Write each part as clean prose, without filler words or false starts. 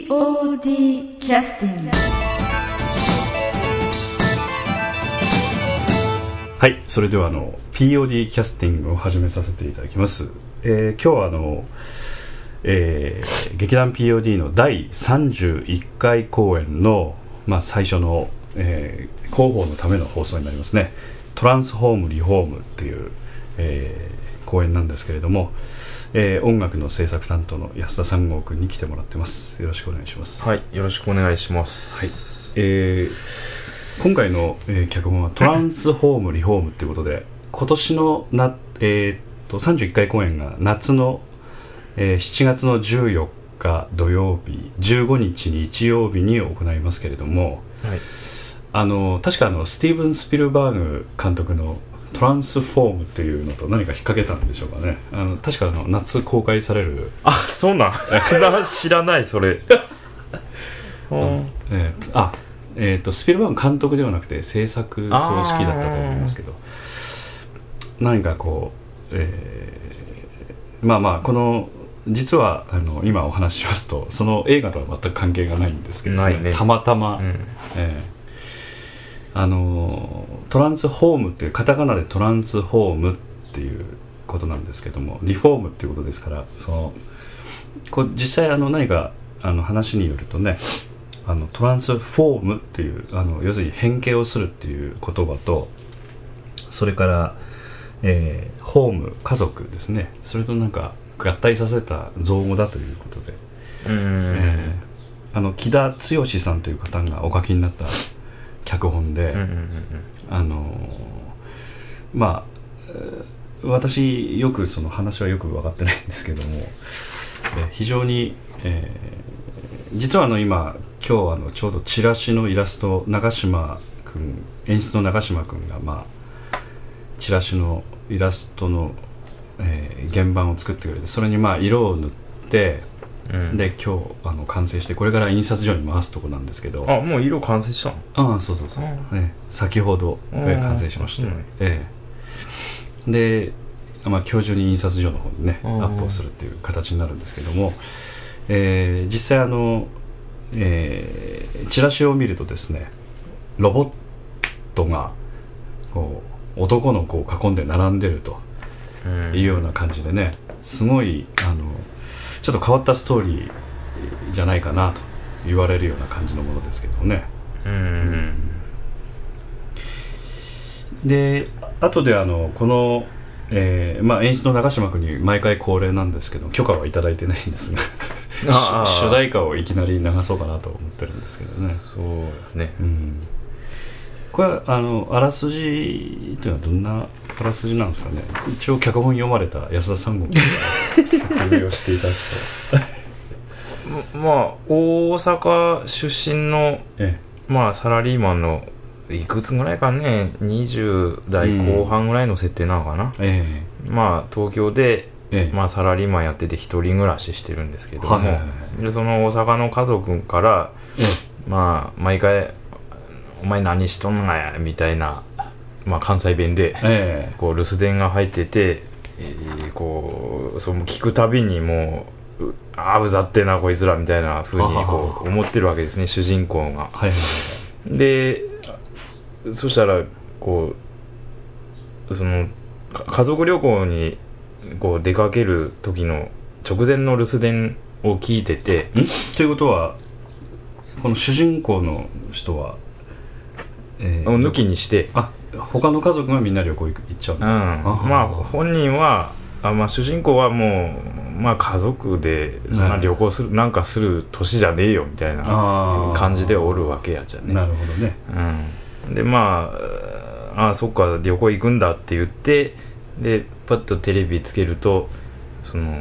POD キャスティング。 はい、それではPOD キャスティングを始めさせていただきます。今日は劇団 POD の第31回公演の、最初の、広報のための放送になりますね。トランスフォームリフォームっていう、公演なんですけれども、音楽の制作担当の安田三郷くんに来てもらってます。よろしくお願いします。 はい、よろしくお願いします。 はい、今回の、脚本はトランスフォームリフォームということで、今年の31回公演が夏の、7月の14日土曜日15日日曜日に行いますけれども、はい、確かスティーブン・スピルバーグ監督のトランスフォームっていうのと何か引っ掛けたんでしょうかね。確か夏公開される。 あ、そうなん知らないそれスピルバーグ監督ではなくて制作総指揮だったと思いますけど、何かこう、この実は今お話ししますとその映画とは全く関係がないんですけど、ね、たまたま、トランスフォームっていうカタカナでトランスフォームっていうことなんですけども、リフォームっていうことですから、実際何か話によるとね、トランスフォームっていう要するに変形をするっていう言葉と、それから、ホーム家族ですね、それとなんか合体させた造語だということで、木田剛さんという方がお書きになった脚本で、私よくその話はよく分かってないんですけども、非常に、実は今日ちょうどチラシのイラスト、長嶋君、演出の長嶋君がチラシのイラストの、原版を作ってくれて、それに色を塗って、で今日完成してこれから印刷所に回すとこなんですけど。 あ、もう色完成したの？ そう、先ほど、完成しました。で、今日中に印刷所の方にねアップをするっていう形になるんですけども、実際チラシを見るとですね、ロボットがこう男の子を囲んで並んでるというような感じでね、すごいちょっと変わったストーリーじゃないかなと言われるような感じのものですけどね。で、後でこの、演出の長嶋君に毎回恒例なんですけど、許可はいただいてないんですが主題歌をいきなり流そうかなと思ってるんですけどね。 そうですね、 これはあらすじというのはどんなあらすじなんですかね。一応脚本読まれた安田さんも説明をしていただくと大阪出身の、サラリーマンのいくつぐらいかね、20代後半ぐらいの設定なのかな、東京で、サラリーマンやってて一人暮らししてるんですけども、でその大阪の家族から、毎回お前何しとんのやみたいな、関西弁で、こう留守電が入ってて、その聞くたびにもううざってなこいつらみたいな風にこう思ってるわけですね、主人公が。でそしたらその家族旅行に出かける時の直前の留守電を聞いてて、 ということはこの主人公の人は抜きにして、 他の家族がみんな旅行行っちゃうんだ。 本人は主人公はもう、家族でそんな旅行する、なんかする年じゃねえよみたいな感じでおるわけやじゃね。 なるほどね。 でそっか旅行行くんだって言って、でパッとテレビつけるとその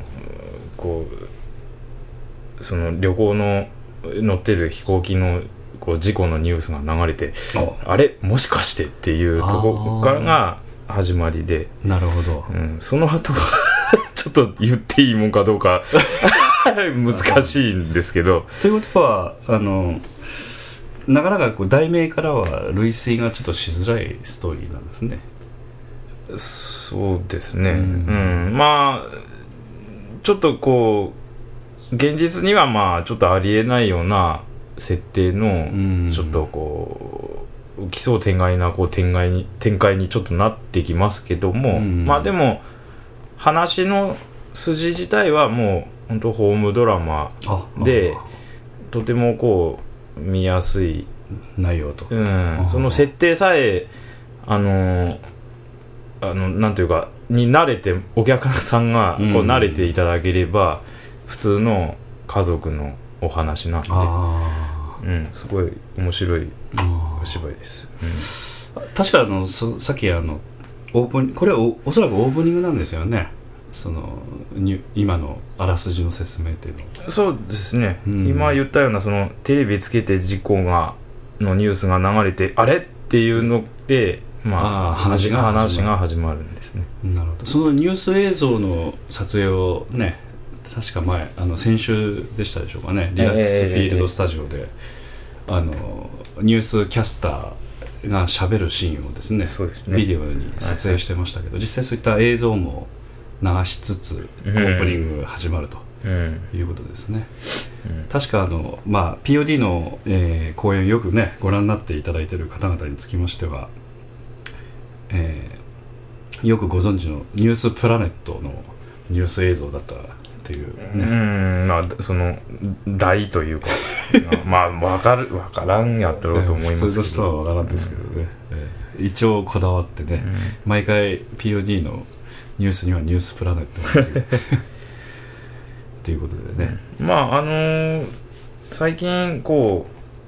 旅行の乗ってる飛行機の事故のニュースが流れて、あれもしかしてっていうところからが始まりで。 なるほど、 その後ちょっと言っていいもんかどうか難しいんですけど。 ということはなかなか題名からは類推がちょっとしづらいストーリーなんですね。 そうですね、ちょっと現実にはまあちょっとありえないような設定のちょっとこう奇想天外なこう展開にちょっとなってきますけども、まあでも話の筋自体はもう本当ホームドラマでとてもこう見やすい内容と、 その設定さえなんていうかに慣れてお客さんがこう慣れていただければ普通の家族のお話なんで、すごい面白いお芝居です。 確かさっきオープンこれは おそらくオープニングなんですよね。その今のあらすじの説明っていうの。 そうですね、今言ったようなそのテレビつけて事故のニュースが流れてあれっていうので、話が始まるんですね。 なるほど。そのニュース映像の撮影をね、確か先週でしたでしょうかね、リラックスフィールドスタジオで、ニュースキャスターがしゃべるシーンをですね、ビデオに撮影してましたけど、実際そういった映像も流しつつオープニングが始まるということですね。確かPOD の、公演をよくねご覧になっていただいている方々につきましては、よくご存知のニュースプラネットのニュース映像だったっていうね、 その題というか分からんやったろうと思いますけど、 普通の人は分からんですけどね、一応こだわってね、毎回 POD のニュースにはニュースプラネットということでね、 最近こ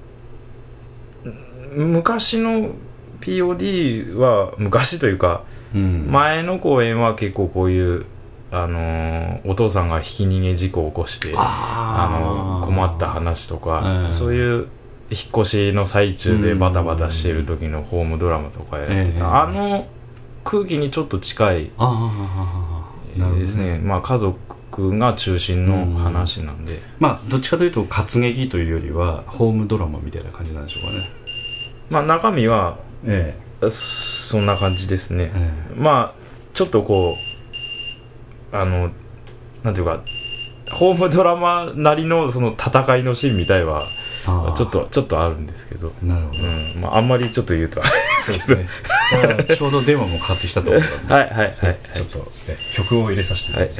う昔の POD は昔というか、前の公演は結構こういうお父さんがひき逃げ事故を起こして困った話とか、そういう引っ越しの最中でバタバタしている時のホームドラマとかやってた、空気にちょっと近いですね。家族が中心の話なんで、 どっちかというと活劇というよりはホームドラマみたいな感じなんでしょうかね。 中身は、そんな感じですね。ちょっとこうなんていうかホームドラマなりのその戦いのシーンみたいはちょっとあるんですけど、 なるほど、 あんまりちょっと言うとそうですね。ちょうど電話もかかってきたと思ったのでちょっと、曲を入れさせていただきます。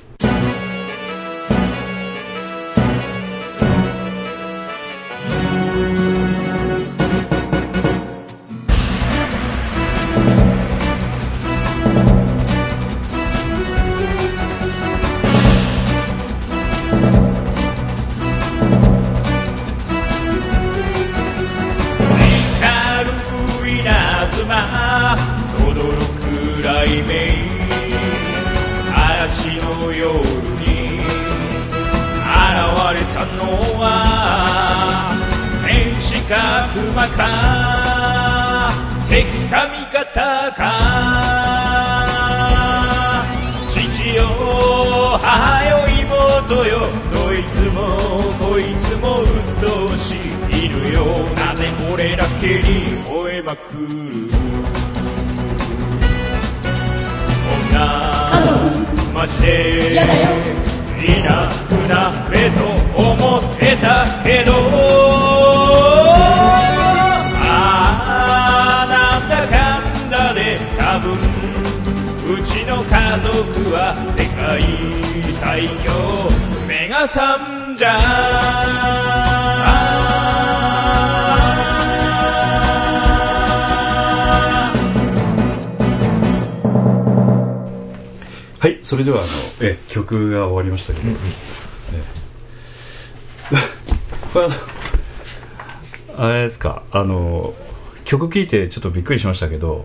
敵か味方か、父よ母よ妹よ、どいつもこいつも鬱陶しいるよ、なぜ俺だけに吠えまくる。女マジでいなくなれと思ってたけど、なんだかんだで多分うちの家族は世界最強、目が覚んじゃはい、それでは曲が終わりましたけど、これあれですか、曲聴いてちょっとびっくりしましたけど、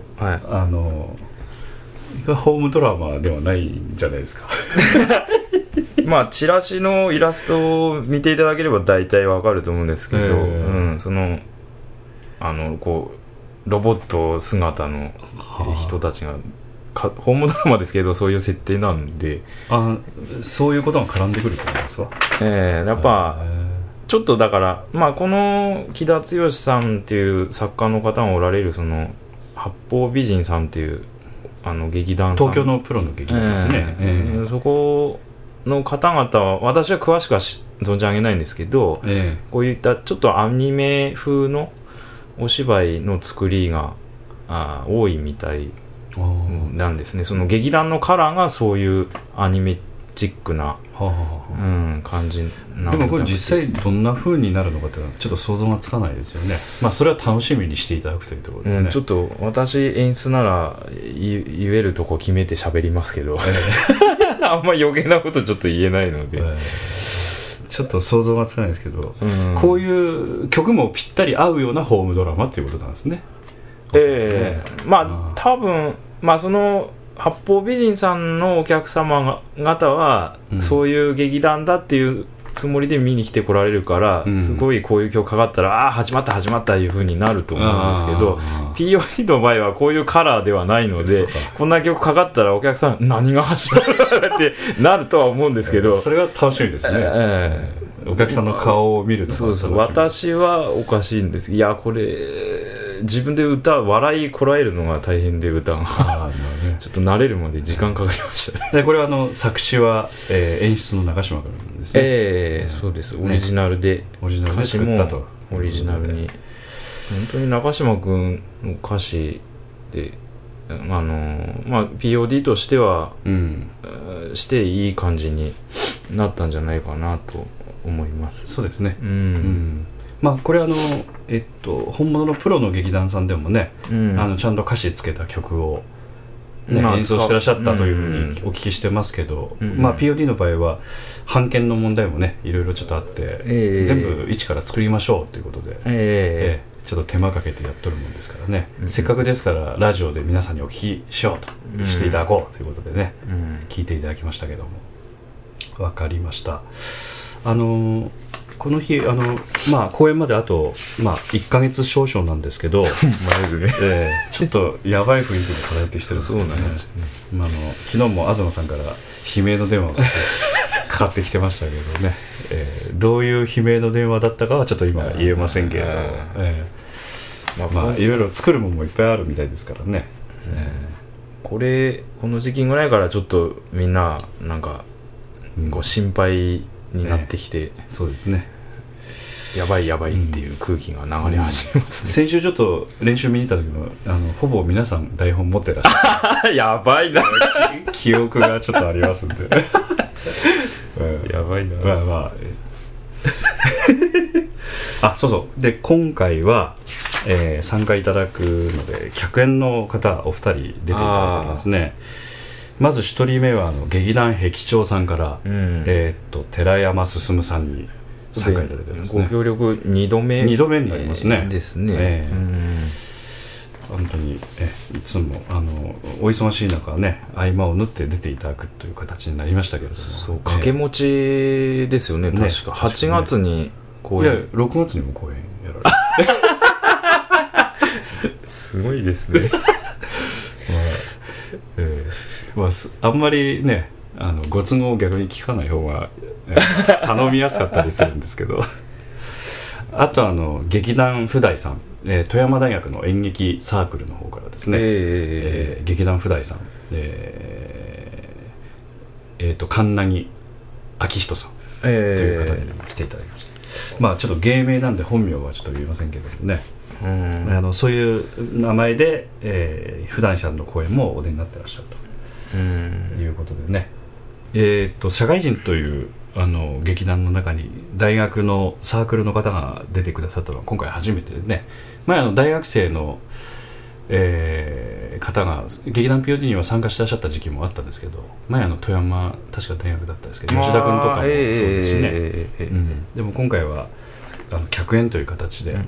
ホームドラマではないんじゃないですか。 チラシのイラストを見ていただければ大体わかると思うんですけど、そのこうロボット姿の人たちがホームドラマですけどそういう設定なんで、 そういうことが絡んでくるってことですか。 やっぱちょっとだからこの木田剛さんっていう作家の方がおられるその八方美人さんっていう劇団さん、 東京のプロの劇団ですね、 そこの方々は私は詳しくは存じ上げないんですけど、こういったちょっとアニメ風のお芝居の作りが多いみたいなんですね。その劇団のカラーがそういうアニメチックな、感じな。 でもこれ実際どんな風になるのかっていうのはちょっと想像がつかないですよね。まあそれは楽しみにしていただくというところでね、 ちょっと私演出なら言えるとこ決めて喋りますけど、あんま余計なことちょっと言えないので、 ちょっと想像がつかないですけど、こういう曲もぴったり合うようなホームドラマっていうことなんですね。 まあ多分その八方美人さんのお客様方は、そういう劇団だっていうつもりで見に来てこられるから、すごいこういう曲かかったら始まったいう風になると思うんですけど、 POD の場合はこういうカラーではないので、こんな曲かかったらお客さん何が始まるってなるとは思うんですけど、 それが楽しみですね。お客さんの顔を見るのが楽しみ。 私はおかしいんです。いやこれ自分で笑いこらえるのが大変で、歌がちょっと慣れるまで時間かかりましたね。 でこれは作詞は、演出の中島君ですね。 そうです。オリジナルで作ったと。 オリジナルに本当に中島君の歌詞でPOD としては、していい感じになったんじゃないかなと思います。 そうですね。これ本物のプロの劇団さんでもね、ちゃんと歌詞つけた曲を、演奏してらっしゃったというふうにお聞きしてますけど、POD の場合は版権の問題もねいろいろちょっとあって、全部一から作りましょうということで、ちょっと手間かけてやっとるもんですからね、せっかくですからラジオで皆さんにお聞きしようと、していただこうということでね、聞いていただきましたけども、わかりました。この日公演まであと、1ヶ月少々なんですけどちょっとやばい雰囲気が漂ってきてるんですよね。昨日も東さんから悲鳴の電話がかかってきてましたけどね、どういう悲鳴の電話だったかはちょっと今言えませんけれど、いろいろ作るものもいっぱいあるみたいですからね。 この時期ぐらいからちょっとみんななんか心配になってきて、 そうですね、 やばいっていう空気が流れ始めますね。 先週ちょっと練習見に行った時もほぼ皆さん台本持ってらっしゃるやばいな記憶がちょっとありますんでやばいな。 そうで今回は、参加いただくので客演の方お二人出ていただいてますね。まず1人目は劇団壁長さんから、寺山進さんに参加いただいてますね。 ご協力2度目になりますね。 ですね。 本当にいつもお忙しい中ね合間を縫って出ていただくという形になりましたけれども、 そう掛け持ちですよね。確か8月に公演、 いや6月にも公演やられるすごいですねあんまりねご都合を逆に聞かない方が、頼みやすかったりするんですけどあと劇団普代さん、富山大学の演劇サークルの方からですね、劇団普代さん、神奈明人さんという方に来ていただきました。ちょっと芸名なんで本名はちょっと言いませんけどもね、そういう名前で、普段さんの公演もお出になってらっしゃるということでね、社会人という劇団の中に大学のサークルの方が出てくださったのは今回初めてでね、前大学生の、方が劇団 POD には参加してらっしゃった時期もあったんですけど、前富山確か大学だったんですけど吉田君とかもそうですしね、でも今回は客演という形で、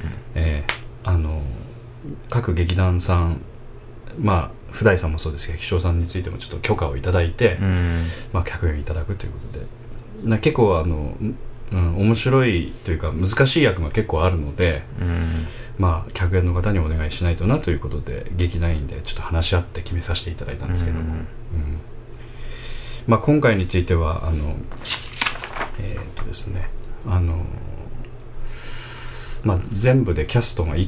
各劇団さん普代さんもそうですけど秘書さんについてもちょっと許可をいただいて、客演いただくということで、結構面白いというか難しい役が結構あるので、客演の方にお願いしないとなということで劇団員でちょっと話し合って決めさせていただいたんですけども、今回についてはですね全部でキャストが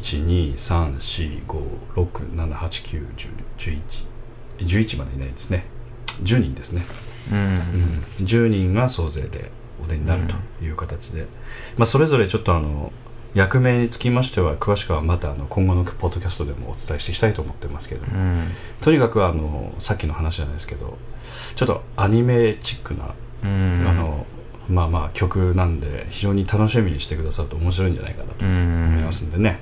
1,2,3,4,5,6,7,8,9,10,11 までいないですね。 10人ですね、10人が総勢でお出になるという形で、それぞれちょっと役名につきましては詳しくはまた今後のポッドキャストでもお伝えしていきたいと思ってますけども、とにかくさっきの話じゃないですけどちょっとアニメチックな、曲なんで非常に楽しみにしてくださると面白いんじゃないかなと思いますんでね。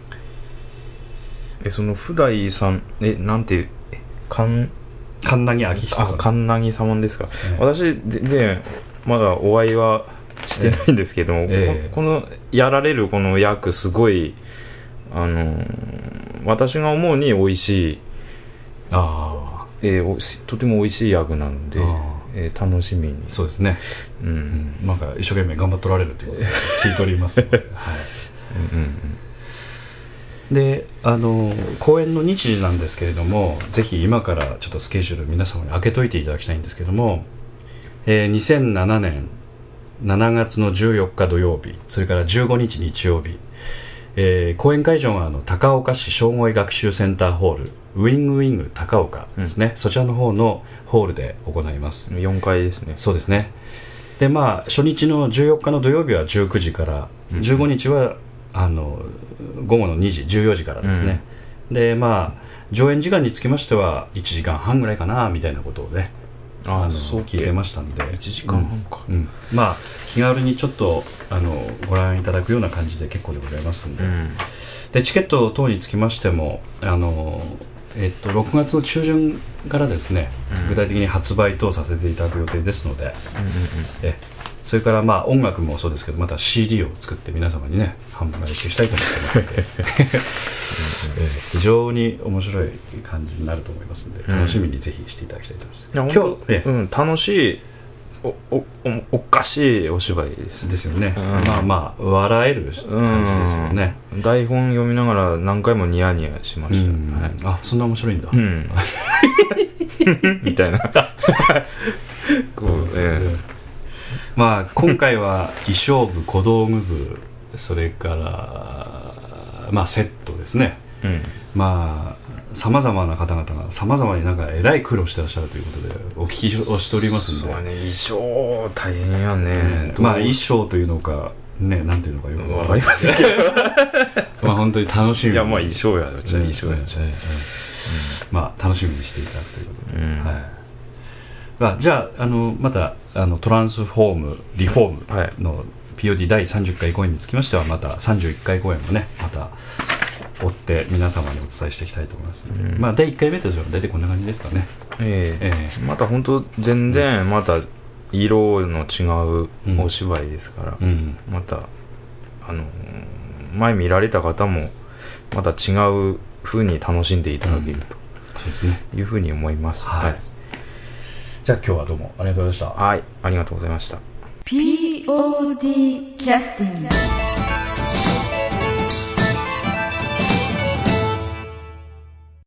その普代さんなんていう神奈木明人さん、 神奈木様ですか、私全然まだお会いはしてないんですけども、このやられるこの役すごい私が思うに美味しいとても美味しい役なので、楽しみに。 そうですね、なんか一生懸命頑張っておられるということで聞いておりますので、はいで公演の日時なんですけれども、ぜひ今からちょっとスケジュール皆様に開けといていただきたいんですけども、2007年7月の14日土曜日、それから15日日曜日、公演会場は高岡市小声学習センターホールウィングウィング高岡ですね、そちらの方のホールで行います。 4階ですね。 そうですね。で初日の14日の土曜日は19時から15日は午後の2時14時からですね、で上演時間につきましては1時間半ぐらいかなみたいなことをね聞いてましたんで、 1時間半か、 気軽にちょっとご覧いただくような感じで結構でございますんで、でチケット等につきましても6月の中旬からですね、具体的に発売等させていただく予定ですので、それから音楽もそうですけど、また CD を作って皆様にね販売していきたいと思ってますので非常に面白い感じになると思いますので、楽しみにぜひしていただきたいと思います。 今日、楽しい おかしいお芝居ですよね、笑える感じですよね、 台本読みながら何回もニヤニヤしました、 そんな面白いんだ、 みたいな今回は衣装部、小道具部、それからセットですね、さまざまな方々がさまざまにえらい苦労してらっしゃるということでお聞きをしておりますので、 そうね、衣装大変やね、 衣装というのかね、なんていうのかよく分かりませんけど本当に楽しみに、 衣装やっちゃ衣装やっちゃ楽しみにしていただくということで、じゃあまたトランスフォームリフォームの POD 第30回公演につきましては、また31回公演もねまた追って皆様にお伝えしていきたいと思いますので、第1回目としては大体こんな感じですかね。 また本当全然また色の違うお芝居ですから、また前見られた方もまた違う風に楽しんでいただけるというふうに思います。 じゃあ今日はどうもありがとうございました。 はい、ありがとうございました。 POD キャスティング